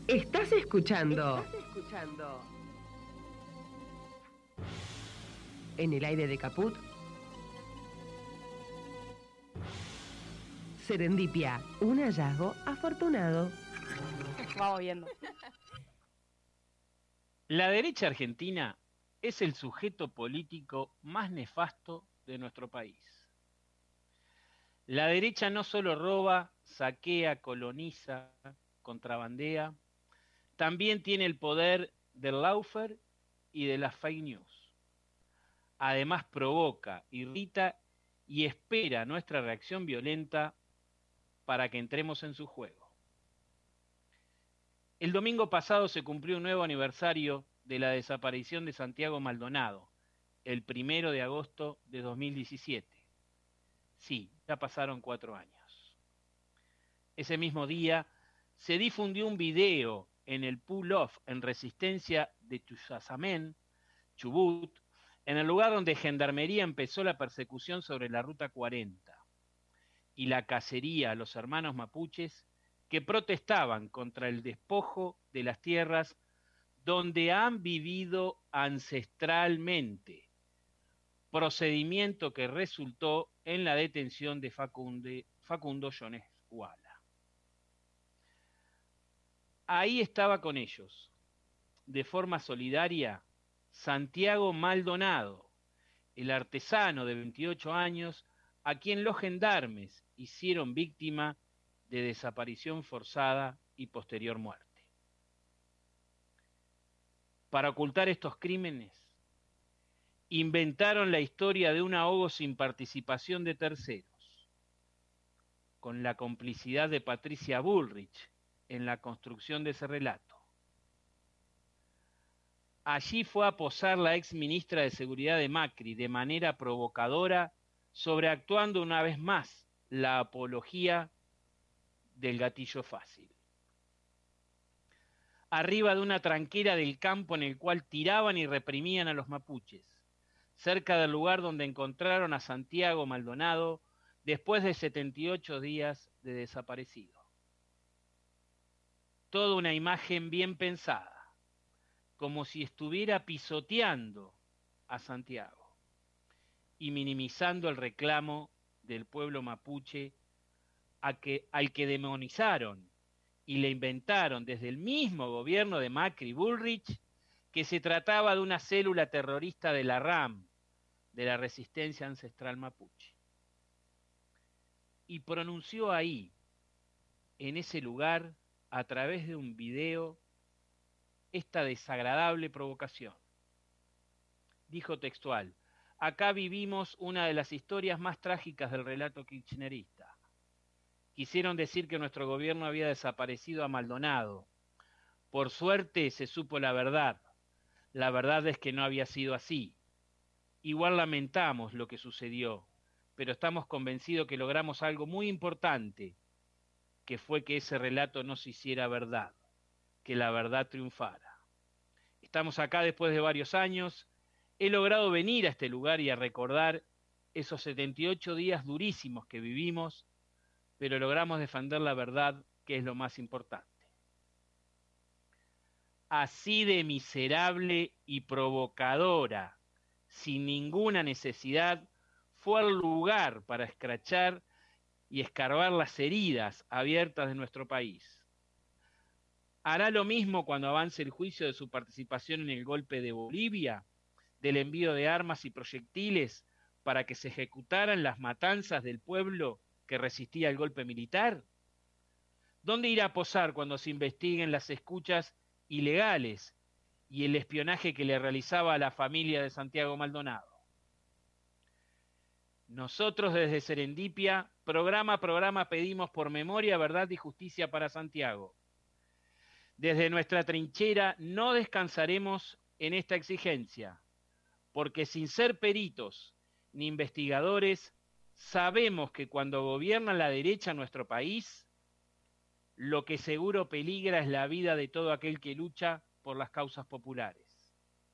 Estás escuchando. En el aire de Caput. Serendipia, un hallazgo afortunado. Vamos viendo. La derecha argentina es el sujeto político más nefasto de nuestro país. La derecha no solo roba, saquea, coloniza, contrabandea, también tiene el poder del lawfare y de las fake news. Además provoca, irrita y espera nuestra reacción violenta para que entremos en su juego. El domingo pasado se cumplió un nuevo aniversario de la desaparición de Santiago Maldonado, el 1 de agosto de 2017. Sí, ya pasaron 4 años. Ese mismo día se difundió un video en el pull-off en Resistencia de Chuyasamén, Chubut, en el lugar donde Gendarmería empezó la persecución sobre la Ruta 40 y la cacería a los hermanos mapuches que protestaban contra el despojo de las tierras donde han vivido ancestralmente, procedimiento que resultó en la detención de Facundo Jones Guala. Ahí estaba con ellos, de forma solidaria, Santiago Maldonado, el artesano de 28 años a quien los gendarmes hicieron víctima de desaparición forzada y posterior muerte. Para ocultar estos crímenes, inventaron la historia de un ahogo sin participación de terceros, con la complicidad de Patricia Bullrich en la construcción de ese relato. Allí fue a posar la ex ministra de Seguridad de Macri de manera provocadora, sobreactuando una vez más la apología del gatillo fácil. Arriba de una tranquera del campo en el cual tiraban y reprimían a los mapuches, cerca del lugar donde encontraron a Santiago Maldonado después de 78 días de desaparecido. Toda una imagen bien pensada, como si estuviera pisoteando a Santiago y minimizando el reclamo del pueblo mapuche al que demonizaron y le inventaron desde el mismo gobierno de Macri Bullrich que se trataba de una célula terrorista de la RAM, de la resistencia ancestral mapuche. Y pronunció ahí, en ese lugar, a través de un video, esta desagradable provocación. Dijo textual: acá vivimos una de las historias más trágicas del relato kirchnerista. Quisieron decir que nuestro gobierno había desaparecido a Maldonado. Por suerte se supo la verdad. La verdad es que no había sido así. Igual lamentamos lo que sucedió, pero estamos convencidos que logramos algo muy importante, que fue que ese relato no se hiciera verdad, que la verdad triunfara. Estamos acá después de varios años. He logrado venir a este lugar y a recordar esos 78 días durísimos que vivimos, pero logramos defender la verdad, que es lo más importante. Así de miserable y provocadora, sin ninguna necesidad, fue al lugar para escrachar y escarbar las heridas abiertas de nuestro país. ¿Hará lo mismo cuando avance el juicio de su participación en el golpe de Bolivia, del envío de armas y proyectiles para que se ejecutaran las matanzas del pueblo que resistía al golpe militar? ¿Dónde irá a posar cuando se investiguen las escuchas ilegales y el espionaje que le realizaba a la familia de Santiago Maldonado? Nosotros desde Serendipia, programa a programa, pedimos por memoria, verdad y justicia para Santiago. Desde nuestra trinchera no descansaremos en esta exigencia, porque sin ser peritos ni investigadores, sabemos que cuando gobierna la derecha en nuestro país, lo que seguro peligra es la vida de todo aquel que lucha por las causas populares.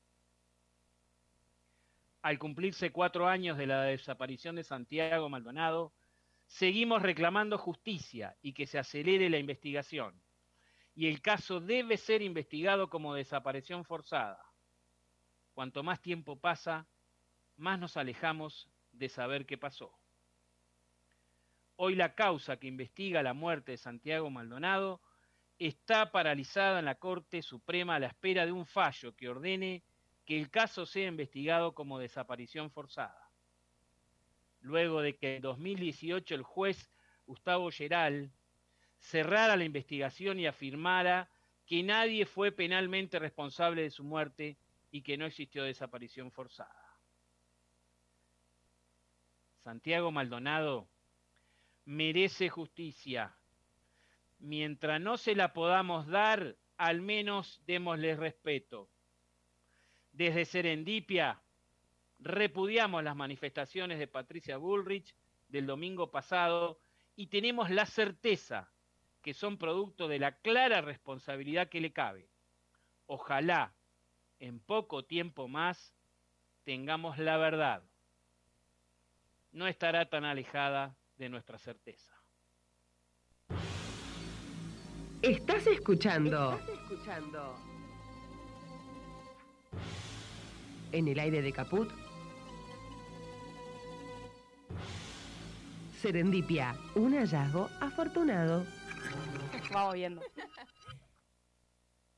Al cumplirse 4 años de la desaparición de Santiago Maldonado, seguimos reclamando justicia y que se acelere la investigación. y el caso debe ser investigado como desaparición forzada. Cuanto más tiempo pasa, más nos alejamos de saber qué pasó. Hoy la causa que investiga la muerte de Santiago Maldonado está paralizada en la Corte Suprema a la espera de un fallo que ordene que el caso sea investigado como desaparición forzada. Luego de que en 2018 el juez Gustavo Geral cerrara la investigación y afirmara que nadie fue penalmente responsable de su muerte y que no existió desaparición forzada. Santiago Maldonado merece justicia. Mientras no se la podamos dar, al menos démosle respeto. Desde Serendipia repudiamos las manifestaciones de Patricia Bullrich del domingo pasado y tenemos la certeza que son producto de la clara responsabilidad que le cabe. Ojalá en poco tiempo más tengamos la verdad. No estará tan alejada de nuestra certeza. Estás escuchando. En el aire de Caput. Serendipia, un hallazgo afortunado. Vamos viendo.